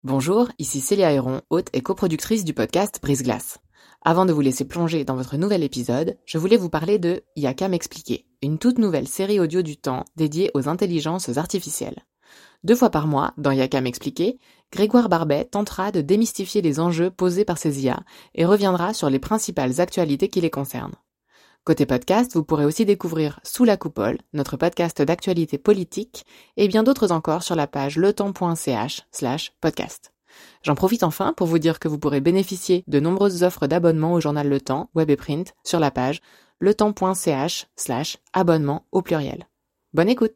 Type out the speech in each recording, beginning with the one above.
Bonjour, ici Célia Héron, hôte et coproductrice du podcast Brise-Glace. Avant de vous laisser plonger dans votre nouvel épisode, je voulais vous parler de Y'a qu'à m'expliquer, une toute nouvelle série audio du temps dédiée aux intelligences artificielles. 2 fois par mois, dans Y'a qu'à m'expliquer, Grégoire Barbet tentera de démystifier les enjeux posés par ces IA et reviendra sur les principales actualités qui les concernent. Côté podcast, vous pourrez aussi découvrir Sous la coupole, notre podcast d'actualité politique, et bien d'autres encore sur la page letemps.ch/podcast. J'en profite enfin pour vous dire que vous pourrez bénéficier de nombreuses offres d'abonnement au journal Le Temps, web et print, sur la page letemps.ch/abonnement au pluriel. Bonne écoute!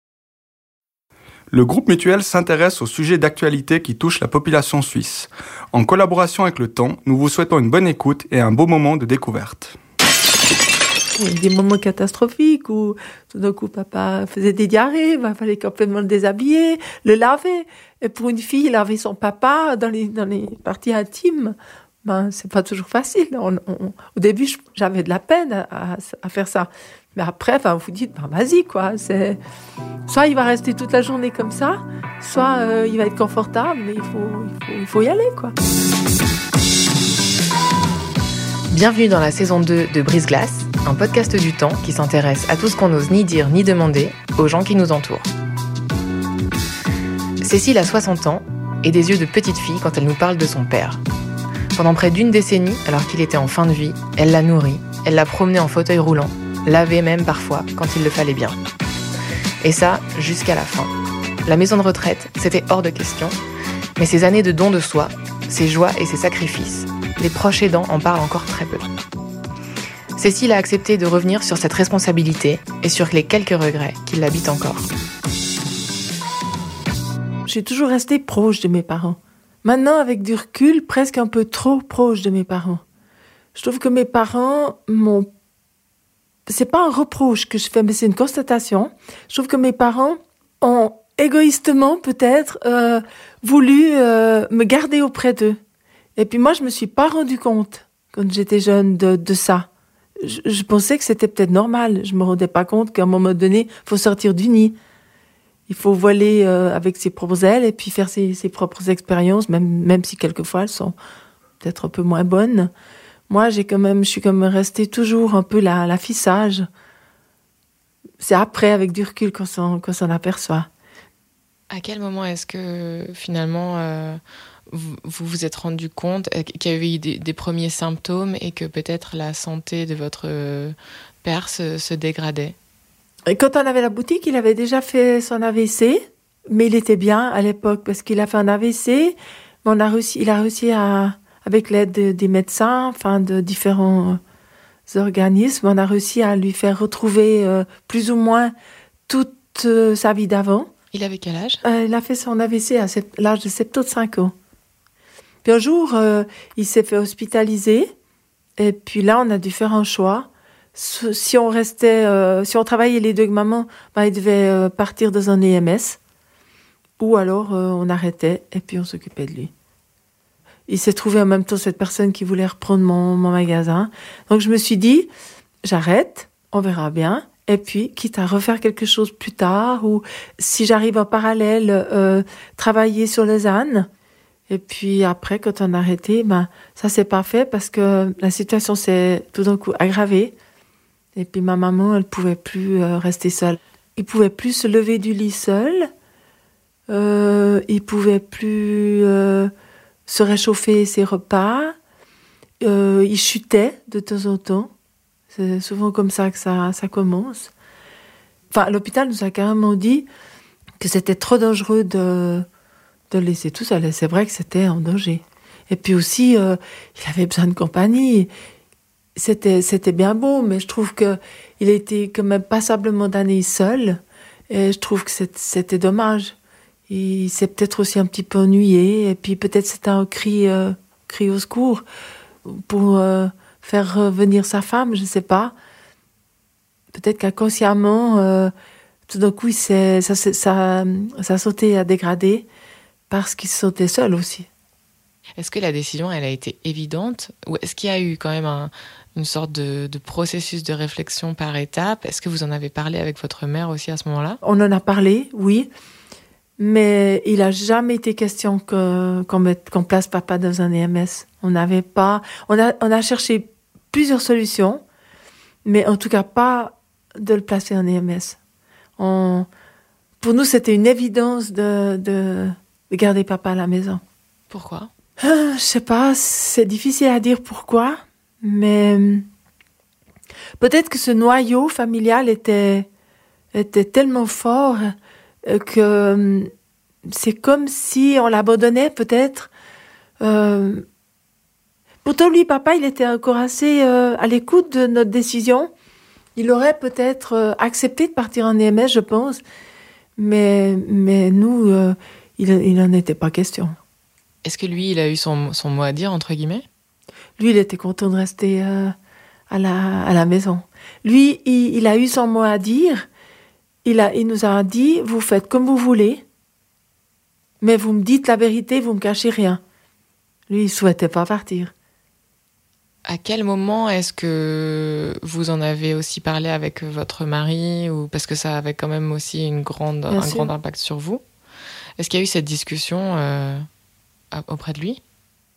Le groupe Mutuel s'intéresse aux sujets d'actualité qui touchent la population suisse. En collaboration avec Le Temps, nous vous souhaitons une bonne écoute et un beau moment de découverte. Des moments catastrophiques où tout d'un coup papa faisait des diarrhées, il fallait complètement le déshabiller, le laver. Et pour une fille, laver son papa dans les parties intimes, c'est pas toujours facile. Au début, j'avais de la peine à faire ça. Mais après, vous dites, vas-y, quoi. Soit il va rester toute la journée comme ça, soit il va être confortable, mais il faut y aller, quoi. Bienvenue dans la saison 2 de Brise-Glace, un podcast du temps qui s'intéresse à tout ce qu'on n'ose ni dire ni demander aux gens qui nous entourent. Cécile a 60 ans et des yeux de petite fille quand elle nous parle de son père. Pendant près d'1 décennie, alors qu'il était en fin de vie, elle l'a nourri, elle l'a promené en fauteuil roulant, lavé même parfois quand il le fallait bien. Et ça, jusqu'à la fin. La maison de retraite, c'était hors de question, mais ces années de don de soi, ses joies et ses sacrifices, les proches aidants en parlent encore très peu. Cécile a accepté de revenir sur cette responsabilité et sur les quelques regrets qui l'habitent encore. J'ai toujours resté proche de mes parents. Maintenant, avec du recul, presque un peu trop proche de mes parents. Je trouve que mes parents m'ont... C'est pas un reproche que je fais, mais c'est une constatation. Je trouve que mes parents ont égoïstement, peut-être, voulu me garder auprès d'eux. Et puis moi, je me suis pas rendu compte, quand j'étais jeune, de ça. Je pensais que c'était peut-être normal. Je me rendais pas compte qu'à un moment donné, faut sortir du nid. Il faut voler avec ses propres ailes et puis faire ses propres expériences, même si quelquefois elles sont peut-être un peu moins bonnes. Moi, je suis quand même restée toujours un peu la fille sage. C'est après, avec du recul, qu'on s'en aperçoit. À quel moment est-ce que finalement vous vous êtes rendu compte qu'il y avait eu des premiers symptômes et que peut-être la santé de votre père se dégradait? Et quand on avait la boutique, il avait déjà fait son AVC, mais il était bien à l'époque parce qu'il a fait un AVC. Il a réussi avec l'aide des médecins, de différents organismes, on a réussi à lui faire retrouver plus ou moins toute sa vie d'avant. Il avait quel âge? Il a fait son AVC à l'âge de 75 ans. Puis un jour, il s'est fait hospitaliser. Et puis là, on a dû faire un choix. Si on travaillait les deux avec maman, il devait partir dans un EMS. Ou alors, on arrêtait et puis on s'occupait de lui. Il s'est trouvé en même temps cette personne qui voulait reprendre mon magasin. Donc je me suis dit, j'arrête, on verra bien. Et puis, quitte à refaire quelque chose plus tard, ou si j'arrive en parallèle, travailler sur les ânes. Et puis après, quand on a arrêté, ça s'est pas fait parce que la situation s'est tout d'un coup aggravée. Et puis ma maman, elle pouvait plus rester seule. Il pouvait plus se lever du lit seul. Il pouvait plus se réchauffer ses repas. Il chutait de temps en temps. C'est souvent comme ça que ça commence. L'hôpital nous a carrément dit que c'était trop dangereux de le laisser tout seul. Et c'est vrai que c'était en danger. Et puis aussi, il avait besoin de compagnie. C'était bien beau, mais je trouve qu'il a été quand même passablement d'années seul. Et je trouve que c'était dommage. Il s'est peut-être aussi un petit peu ennuyé. Et puis peut-être c'était un cri au secours pour... faire revenir sa femme, je ne sais pas. Peut-être qu'inconsciemment, tout d'un coup, ça a sauté à dégrader parce qu'il se sentait seul aussi. Est-ce que la décision, elle a été évidente? Ou est-ce qu'il y a eu quand même une sorte de processus de réflexion par étapes? Est-ce que vous en avez parlé avec votre mère aussi à ce moment-là? On en a parlé, oui. Mais il n'a jamais été question qu'on place papa dans un EMS. On a cherché plusieurs solutions, mais en tout cas pas de le placer en EMS. Pour nous, c'était une évidence de garder papa à la maison. Pourquoi ? Je sais pas, c'est difficile à dire pourquoi, mais peut-être que ce noyau familial était tellement fort que c'est comme si on l'abandonnait peut-être. Pourtant, lui, papa, il était encore assez à l'écoute de notre décision. Il aurait peut-être accepté de partir en EMS, je pense, mais nous, il n'en était pas question. Est-ce que lui, il a eu son mot à dire, entre guillemets ? Lui, il était content de rester à la maison. Lui, il a eu son mot à dire. Il nous a dit, vous faites comme vous voulez, mais vous me dites la vérité, vous me cachez rien. Lui, il souhaitait pas partir. À quel moment est-ce que vous en avez aussi parlé avec votre mari, ou parce que ça avait quand même aussi un grand impact sur vous ? Est-ce qu'il y a eu cette discussion auprès de lui ?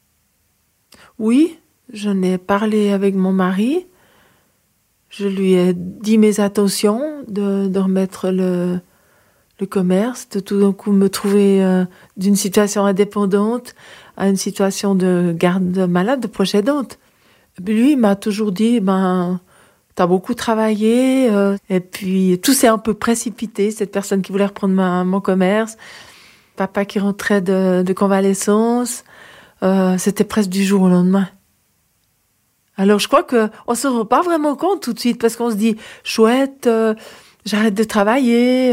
Oui, j'en ai parlé avec mon mari. Je lui ai dit mes intentions de remettre le commerce, de tout d'un coup me trouver d'une situation indépendante à une situation de garde malade, de proche aidante. Lui, il m'a toujours dit, t'as beaucoup travaillé, et puis tout s'est un peu précipité, cette personne qui voulait reprendre mon commerce, papa qui rentrait de convalescence, c'était presque du jour au lendemain. Alors je crois qu'on se rend pas vraiment compte tout de suite, parce qu'on se dit, chouette, j'arrête de travailler,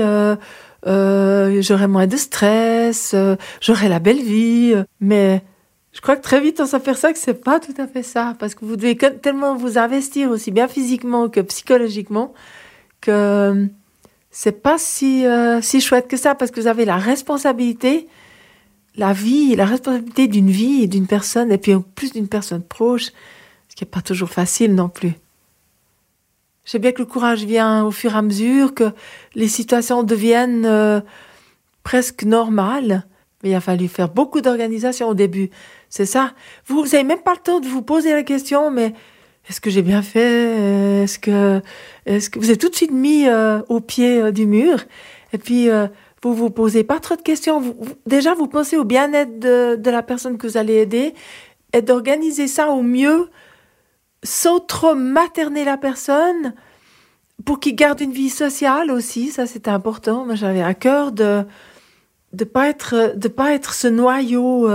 j'aurai moins de stress, j'aurai la belle vie, mais je crois que très vite on s'aperçoit que c'est pas tout à fait ça, parce que vous devez tellement vous investir aussi bien physiquement que psychologiquement, que c'est pas si chouette que ça, parce que vous avez la responsabilité, la responsabilité d'une vie et d'une personne, et puis en plus d'une personne proche, ce qui n'est pas toujours facile non plus. Je sais bien que le courage vient au fur et à mesure, que les situations deviennent presque normales, mais il a fallu faire beaucoup d'organisation au début. C'est ça. Vous n'avez même pas le temps de vous poser la question, mais est-ce que j'ai bien fait ? Est-ce que vous êtes tout de suite mis au pied du mur ? Et puis, vous posez pas trop de questions. Déjà, vous pensez au bien-être de la personne que vous allez aider et d'organiser ça au mieux sans trop materner la personne pour qu'il garde une vie sociale aussi. Ça, c'était important. Moi, j'avais à cœur de pas être ce noyau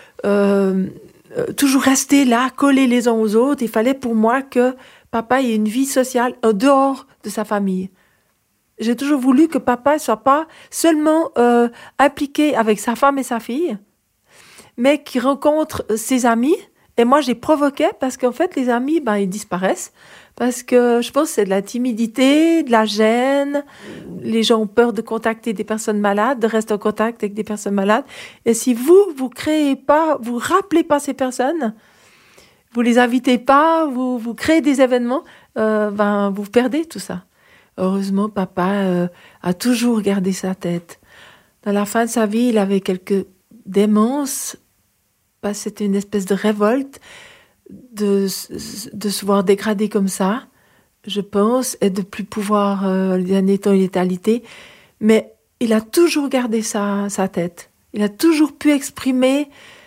toujours rester là, collés les uns aux autres. Il fallait pour moi que papa ait une vie sociale en dehors de sa famille. J'ai toujours voulu que papa ne soit pas seulement impliqué avec sa femme et sa fille, mais qu'il rencontre ses amis. Et moi, j'ai provoqué parce qu'en fait, les amis, ils disparaissent. Parce que je pense que c'est de la timidité, de la gêne. Les gens ont peur de contacter des personnes malades, de rester en contact avec des personnes malades. Et si vous créez pas, vous rappelez pas ces personnes, vous les invitez pas, vous créez des événements, vous perdez tout ça. Heureusement, papa a toujours gardé sa tête. Dans la fin de sa vie, il avait quelques démences. C'était une espèce de révolte de se voir dégradé comme ça, je pense, et de plus pouvoir, les derniers temps, il était alité. Mais il a toujours gardé sa tête. Il a toujours pu exprimer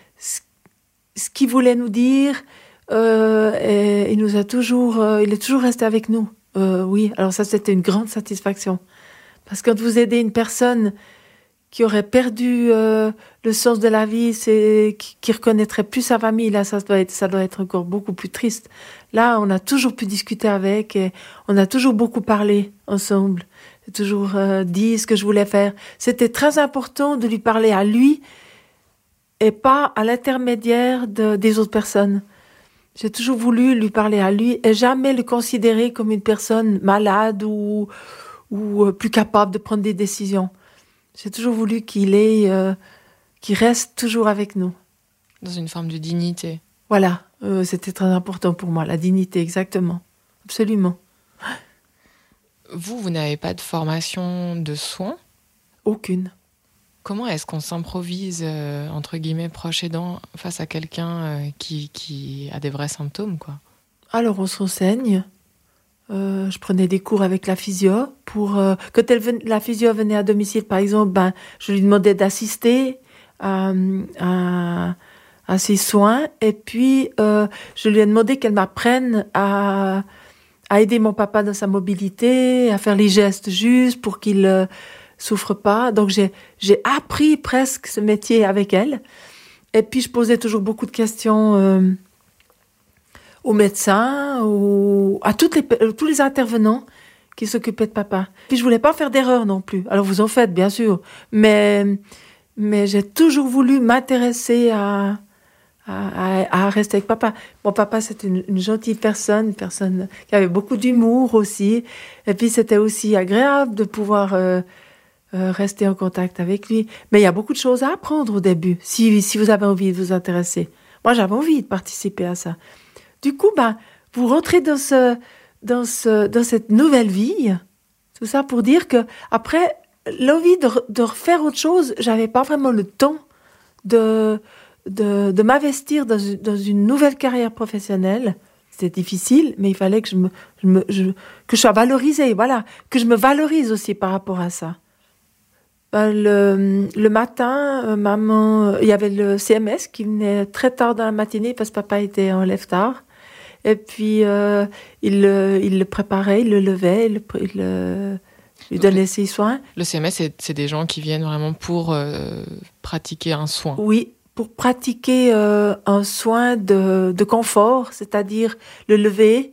ce qu'il voulait nous dire, et il est toujours resté avec nous. Oui, alors ça, c'était une grande satisfaction. Parce que quand vous aidez une personne qui aurait perdu le sens de la vie, qui reconnaîtrait plus sa famille, là, ça doit être encore beaucoup plus triste. Là, on a toujours pu discuter avec, et on a toujours beaucoup parlé ensemble. J'ai toujours dit ce que je voulais faire. C'était très important de lui parler à lui et pas à l'intermédiaire des autres personnes. J'ai toujours voulu lui parler à lui et jamais le considérer comme une personne malade ou plus capable de prendre des décisions. J'ai toujours voulu qu'il reste toujours avec nous. Dans une forme de dignité. Voilà, c'était très important pour moi, la dignité, exactement. Absolument. Vous n'avez pas de formation de soins ? Aucune. Comment est-ce qu'on s'improvise, entre guillemets, proche aidant face à quelqu'un qui a des vrais symptômes, quoi? Alors, on se renseigne. Je prenais des cours avec la physio. Quand la physio venait à domicile, par exemple, je lui demandais d'assister à ses soins. Et puis, je lui ai demandé qu'elle m'apprenne à aider mon papa dans sa mobilité, à faire les gestes justes pour qu'il souffre pas. Donc, j'ai appris presque ce métier avec elle. Et puis, je posais toujours beaucoup de questions aux médecins, à tous les intervenants qui s'occupaient de papa. Puis, je voulais pas faire d'erreur non plus. Alors, vous en faites, bien sûr. Mais j'ai toujours voulu m'intéresser à rester avec papa. Mon papa, c'était une gentille personne, une personne qui avait beaucoup d'humour aussi. Et puis, c'était aussi agréable de pouvoir rester en contact avec lui. Mais il y a beaucoup de choses à apprendre au début, si vous avez envie de vous intéresser. Moi, j'avais envie de participer à ça. Du coup, vous rentrez dans cette nouvelle vie. Tout ça pour dire que après, l'envie de refaire autre chose, j'avais pas vraiment le temps de m'investir dans une nouvelle carrière professionnelle. C'était difficile, mais il fallait que que je sois valorisée, voilà, que je me valorise aussi par rapport à ça. Le matin, maman, il y avait le CMS qui venait très tard dans la matinée parce que papa était en lève tard. Et puis, il le préparait, il le levait, il lui donnait ses soins. Le CMS, c'est des gens qui viennent vraiment pour pratiquer un soin. Oui, pour pratiquer un soin de confort, c'est-à-dire le lever,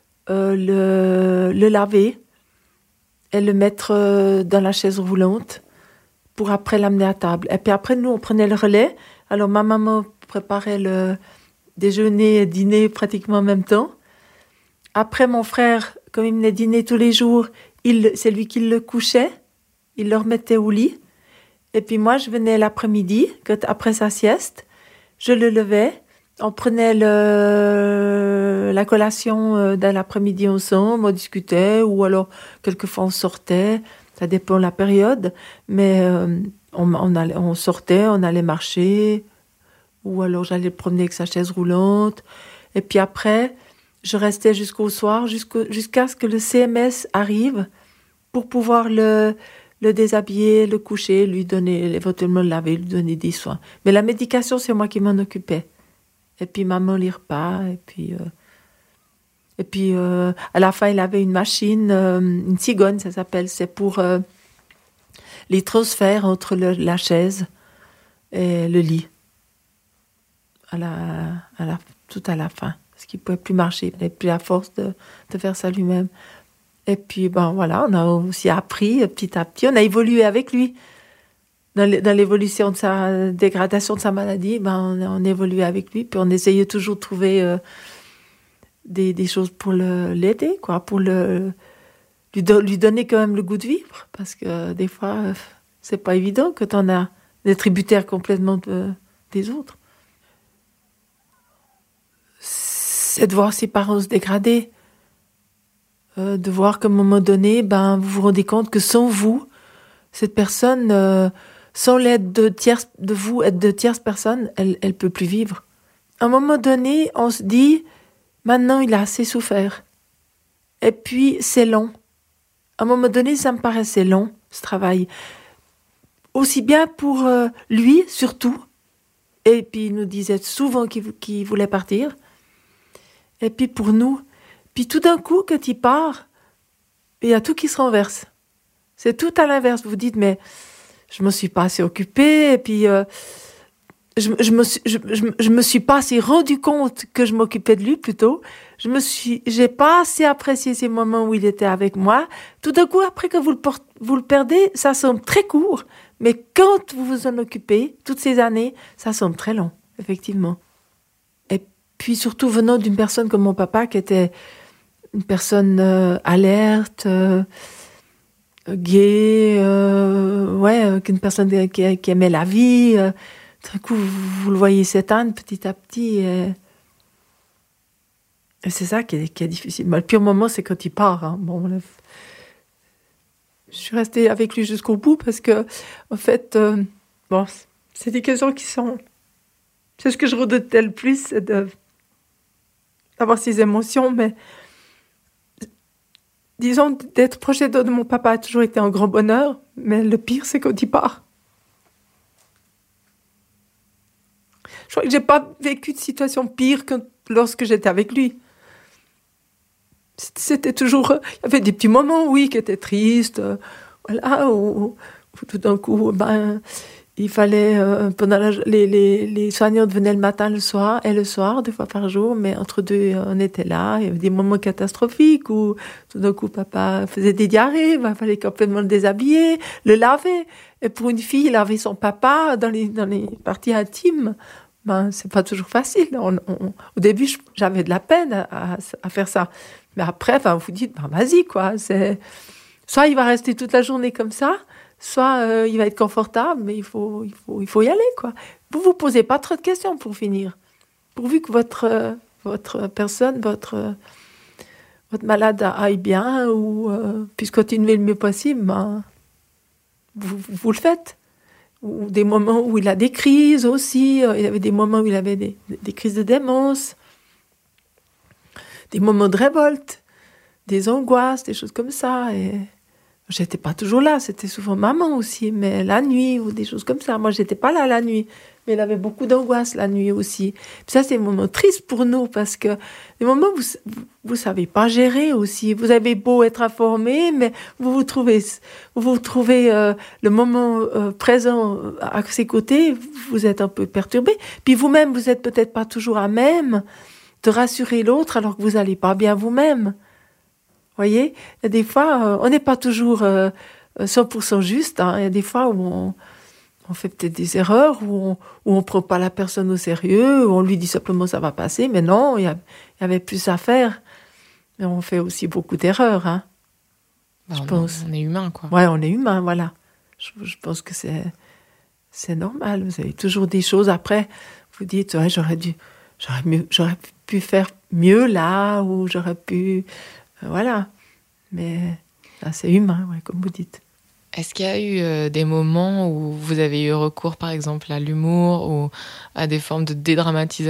le laver et le mettre dans la chaise roulante pour après l'amener à table. Et puis après, nous, on prenait le relais. Alors, ma maman préparait le déjeuner et dîner pratiquement en même temps. Après, mon frère, comme il venait dîner tous les jours, c'est lui qui le couchait. Il le remettait au lit. Et puis moi, je venais l'après-midi, après sa sieste. Je le levais. On prenait la collation dans l'après-midi ensemble. On discutait ou alors quelquefois on sortait. Ça dépend de la période. Mais on sortait, on allait marcher. Ou alors j'allais le promener avec sa chaise roulante. Et puis après, je restais jusqu'au soir, jusqu'à ce que le CMS arrive pour pouvoir le déshabiller, le coucher, lui donner, éventuellement le laver, lui donner des soins. Mais la médication, c'est moi qui m'en occupais. Et puis maman les repas. Et puis à la fin, il avait une machine, une cigogne, ça s'appelle. C'est pour les transferts entre la chaise et le lit. Tout à la fin, parce qu'il ne pouvait plus marcher, il n'avait plus la force de faire ça lui-même. Et puis, voilà, on a aussi appris petit à petit, on a évolué avec lui. Dans l'évolution de sa dégradation de sa maladie, on évoluait avec lui, puis on essayait toujours de trouver des choses pour l'aider, quoi, pour lui donner quand même le goût de vivre, parce que des fois, c'est pas évident quand on a des tributaires complètement des autres. C'est de voir ses parents se dégrader, de voir qu'à un moment donné, vous vous rendez compte que sans vous, cette personne, sans l'aide de vous, aide de tierces personnes, elle peut plus vivre. À un moment donné, on se dit, maintenant il a assez souffert. Et puis c'est long. À un moment donné, ça me paraissait long, ce travail. Aussi bien pour lui, surtout. Et puis il nous disait souvent qu'il voulait partir. Et puis pour nous, puis tout d'un coup, quand il part, il y a tout qui se renverse. C'est tout à l'inverse. Vous dites, mais je me suis pas assez occupée, et puis je me suis pas assez rendu compte que je m'occupais de lui plutôt. J'ai pas assez apprécié ces moments où il était avec moi. Tout d'un coup, après que vous le perdez, ça semble très court, mais quand vous vous en occupez, toutes ces années, ça semble très long, effectivement. Puis surtout venant d'une personne comme mon papa, qui était une personne alerte, gaie, une personne qui aimait la vie. D'un coup, vous le voyez s'éteindre petit à petit. Et c'est ça qui est difficile. Le pire moment, c'est quand il part. Hein. Je suis restée avec lui jusqu'au bout parce que, en fait, Bon, c'est des questions qui sont... C'est ce que je redoutais le plus, c'est d'avoir ces émotions, mais disons, d'être proche de mon papa a toujours été un grand bonheur, mais le pire, c'est qu'au départ, je crois que j'ai pas vécu de situation pire que lorsque j'étais avec lui. C'était toujours... Il y avait des petits moments, oui, qui étaient tristes, voilà, où tout d'un coup, il fallait... les soignants venaient le matin, le soir, 2 fois par jour, mais entre deux, on était là. Il y avait des moments catastrophiques où tout d'un coup, papa faisait des diarrhées, il fallait complètement le déshabiller, le laver. Et pour une fille, laver son papa dans les parties intimes, c'est pas toujours facile. Au début, j'avais de la peine à faire ça. Mais après, vous dites, vas-y, quoi. Soit il va rester toute la journée comme ça, soit il va être confortable, mais il faut y aller, quoi. Vous posez pas trop de questions pour finir. Pourvu que votre personne, votre malade aille bien ou puisse continuer le mieux possible, vous le faites. Ou des moments où il a des crises aussi. Il y avait des moments où il avait des crises de démence, des moments de révolte, des angoisses, des choses comme ça. Et j'étais pas toujours là, c'était souvent maman aussi, mais la nuit ou des choses comme ça. Moi, j'étais pas là la nuit, mais il avait beaucoup d'angoisse la nuit aussi. Puis ça, c'est des moments tristes pour nous parce que des moments où vous savez pas gérer aussi. Vous avez beau être informé, mais vous trouvez le moment présent à ses côtés, vous êtes un peu perturbé. Puis vous-même, vous êtes peut-être pas toujours à même de rassurer l'autre alors que vous allez pas bien vous-même. Voyez, il y a des fois, on n'est pas toujours 100% juste. Il y a des fois où on fait peut-être des erreurs, où on prend pas la personne au sérieux, où on lui dit simplement ça va passer, mais non, il y avait plus à faire. Mais on fait aussi beaucoup d'erreurs, je pense. On est humain, quoi. Ouais, on est humain, voilà. Je pense que c'est normal. Vous avez toujours des choses après. Vous dites, ouais, j'aurais pu faire mieux là, ou j'aurais pu... Voilà, mais là, c'est humain, ouais, comme vous dites. Est-ce qu'il y a eu des moments où vous avez eu recours, par exemple, à l'humour ou à des formes de dédramatisation ?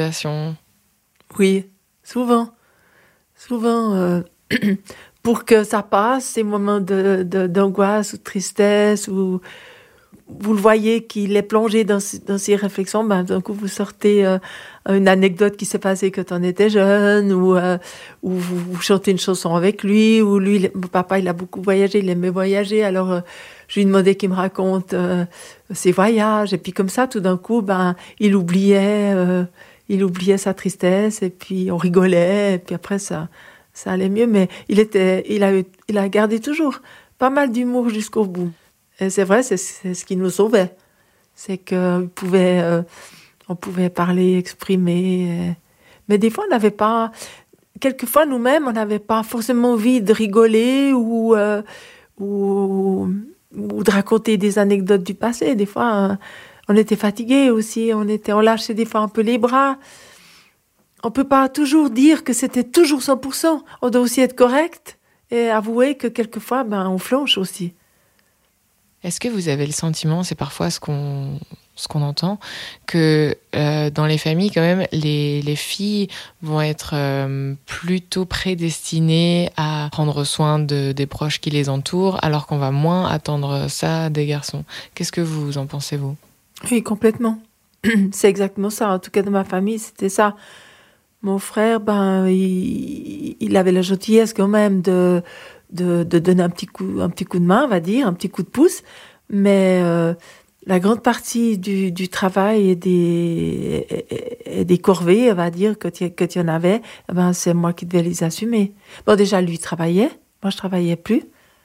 Oui, souvent. Souvent, pour que ça passe, ces moments d'angoisse ou de tristesse, où vous le voyez qu'il est plongé dans ses réflexions, d'un coup, vous sortez une anecdote qui s'est passée quand on était jeune, ou vous chantez une chanson avec lui, ou lui, mon papa, il a beaucoup voyagé, il aimait voyager, alors je lui demandais qu'il me raconte ses voyages, et puis comme ça, tout d'un coup, il oubliait sa tristesse, et puis on rigolait, et puis après, ça allait mieux, mais il a gardé toujours pas mal d'humour jusqu'au bout. Et c'est vrai, c'est ce qui nous sauvait. C'est qu'on pouvait parler, exprimer. Mais des fois, on n'avait pas... Quelquefois, nous-mêmes, on n'avait pas forcément envie de rigoler ou de raconter des anecdotes du passé. Des fois, on était fatigués aussi. On lâchait des fois un peu les bras. On ne peut pas toujours dire que c'était toujours 100%. On doit aussi être correct et avouer que quelquefois, on flanche aussi. Est-ce que vous avez le sentiment, c'est parfois ce qu'on entend, que dans les familles, quand même, les filles vont être plutôt prédestinées à prendre soin des proches qui les entourent, alors qu'on va moins attendre ça des garçons. Qu'est-ce que vous en pensez, vous ? Oui, complètement. C'est exactement ça. En tout cas, dans ma famille, c'était ça. Mon frère, il avait la gentillesse quand même de donner un petit coup de main, on va dire, un petit coup de pouce, mais la grande partie du travail et des corvées, on va dire, quand il y en avait, c'est moi qui devais les assumer. Bon, déjà, lui travaillait, moi je travaillais plus,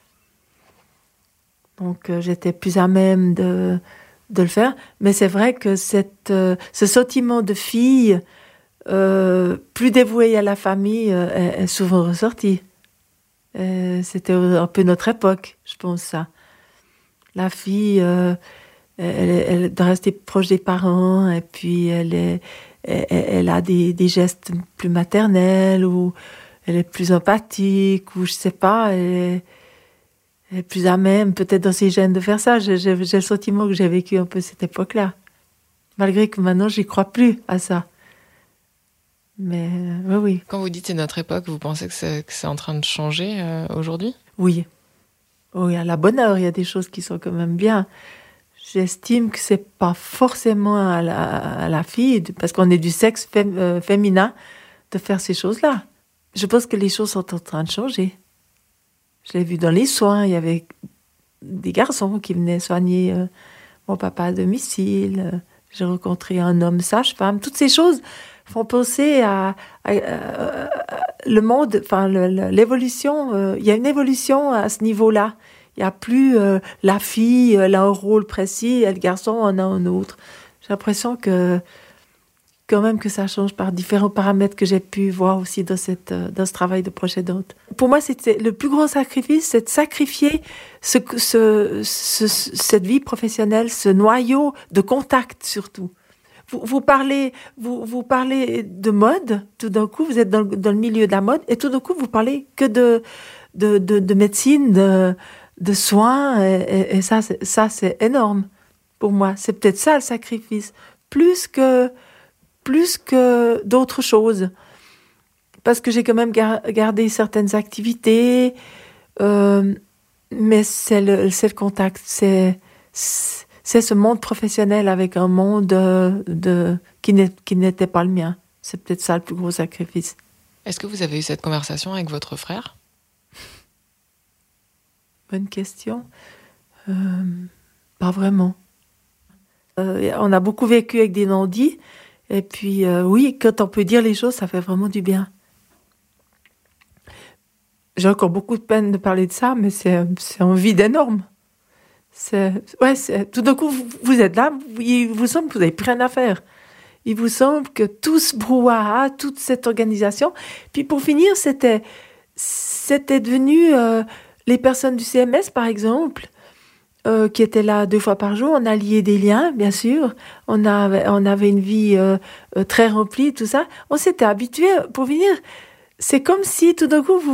donc j'étais plus à même de le faire, mais c'est vrai que ce sentiment de fille plus dévouée à la famille est souvent ressorti. C'était un peu notre époque, je pense ça. La fille, elle doit rester proche des parents, et puis elle a des gestes plus maternels, ou elle est plus empathique, ou je sais pas, elle est plus à même, peut-être dans ses gènes, de faire ça. J'ai le sentiment que j'ai vécu un peu cette époque-là. Malgré que maintenant, j'y crois plus à ça. Mais oui. Quand vous dites c'est notre époque, vous pensez que c'est en train de changer aujourd'hui ? Oui. Oui, à la bonne heure, il y a des choses qui sont quand même bien. J'estime que c'est pas forcément à la fille, parce qu'on est du sexe féminin, de faire ces choses-là. Je pense que les choses sont en train de changer. Je l'ai vu dans les soins, il y avait des garçons qui venaient soigner mon papa à domicile. J'ai rencontré un homme sage-femme. Toutes ces choses font penser à le monde, enfin l'évolution. Il y a une évolution à ce niveau-là. Il n'y a plus la fille, elle a un rôle précis, et le garçon en a un autre. J'ai l'impression que quand même que ça change par différents paramètres que j'ai pu voir aussi dans ce travail de proche aidante. Pour moi, c'était le plus grand sacrifice, c'est de sacrifier cette vie professionnelle, ce noyau de contact surtout. Vous parlez de mode, tout d'un coup, vous êtes dans le milieu de la mode, et tout d'un coup, vous parlez que de médecine, de soins, et ça, c'est énorme pour moi. C'est peut-être ça le sacrifice, plus que d'autres choses. Parce que j'ai quand même gardé certaines activités, mais c'est le contact, c'est ce monde professionnel avec un monde qui n'était pas le mien. C'est peut-être ça le plus gros sacrifice. Est-ce que vous avez eu cette conversation avec votre frère ? Bonne question. Pas vraiment. On a beaucoup vécu avec des non-dits. Et puis, oui, quand on peut dire les choses, ça fait vraiment du bien. J'ai encore beaucoup de peine de parler de ça, mais c'est un vide énorme. Tout d'un coup, vous êtes là, il vous semble que vous n'avez plus rien à faire. Il vous semble que tout ce brouhaha, toute cette organisation... Puis pour finir, c'était devenu... les personnes du CMS, par exemple... qui étaient là 2 fois par jour, on a lié des liens, bien sûr. On avait une vie très remplie, tout ça. On s'était habitués. Pour finir, c'est comme si tout d'un coup,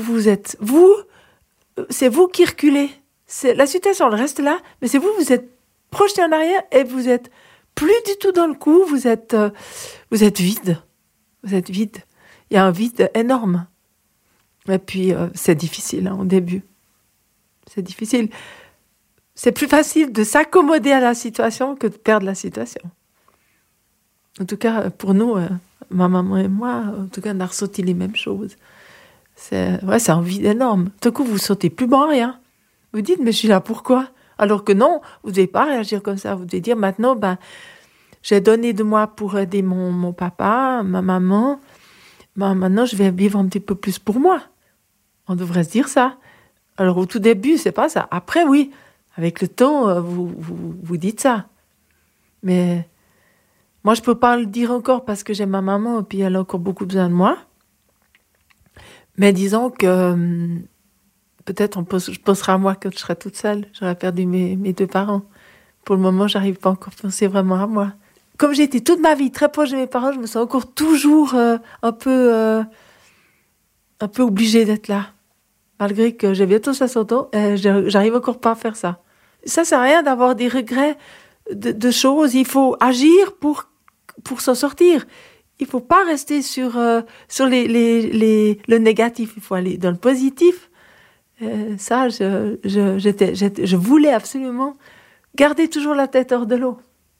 c'est vous qui reculez. La situation, elle reste là, mais c'est vous êtes projeté en arrière et vous êtes plus du tout dans le coup. Vous êtes vide. Vous êtes vide. Il y a un vide énorme. Et puis, c'est difficile au début. C'est difficile. C'est plus facile de s'accommoder à la situation que de perdre la situation. En tout cas, pour nous, ma maman et moi, en tout cas, on a ressenti les mêmes choses. C'est un vide énorme. Tout coup, vous ne sautez plus bon rien. Vous dites, mais je suis là, pourquoi ? Alors que non, vous ne devez pas réagir comme ça. Vous devez dire, maintenant, j'ai donné de moi pour aider mon papa, ma maman. Maintenant, je vais vivre un petit peu plus pour moi. On devrait se dire ça. Alors, au tout début, c'est pas ça. Après, oui. Avec le temps, vous dites ça. Mais moi, je ne peux pas le dire encore parce que j'ai ma maman et puis elle a encore beaucoup besoin de moi. Mais disons que peut-être je penserai à moi quand je serai toute seule. J'aurai perdu mes 2 parents. Pour le moment, je n'arrive pas encore à penser vraiment à moi. Comme j'ai été toute ma vie très proche de mes parents, je me sens encore toujours un peu obligée d'être là. Malgré que j'ai bientôt 60 ans, j'arrive encore pas à faire ça. Ça sert à rien d'avoir des regrets de choses. Il faut agir pour s'en sortir. Il faut pas rester sur le négatif. Il faut aller dans le positif. Ça, je voulais absolument garder toujours la tête hors de l'eau.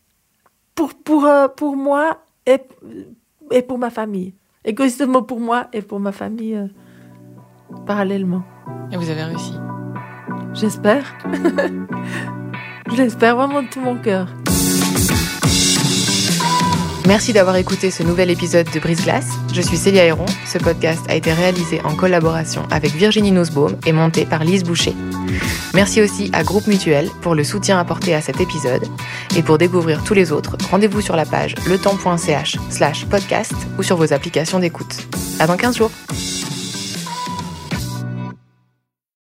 Pour moi et pour ma famille. Égoïstement pour moi et pour ma famille. Parallèlement. Et vous avez réussi ? J'espère. Je l'espère vraiment de tout mon cœur. Merci d'avoir écouté ce nouvel épisode de Brise-Glace. Je suis Célia Héron. Ce podcast a été réalisé en collaboration avec Virginie Nussbaum et monté par Lise Boucher. Merci aussi à Groupe Mutuel pour le soutien apporté à cet épisode. Et pour découvrir tous les autres, rendez-vous sur la page letemps.ch/podcast ou sur vos applications d'écoute. À dans 15 jours.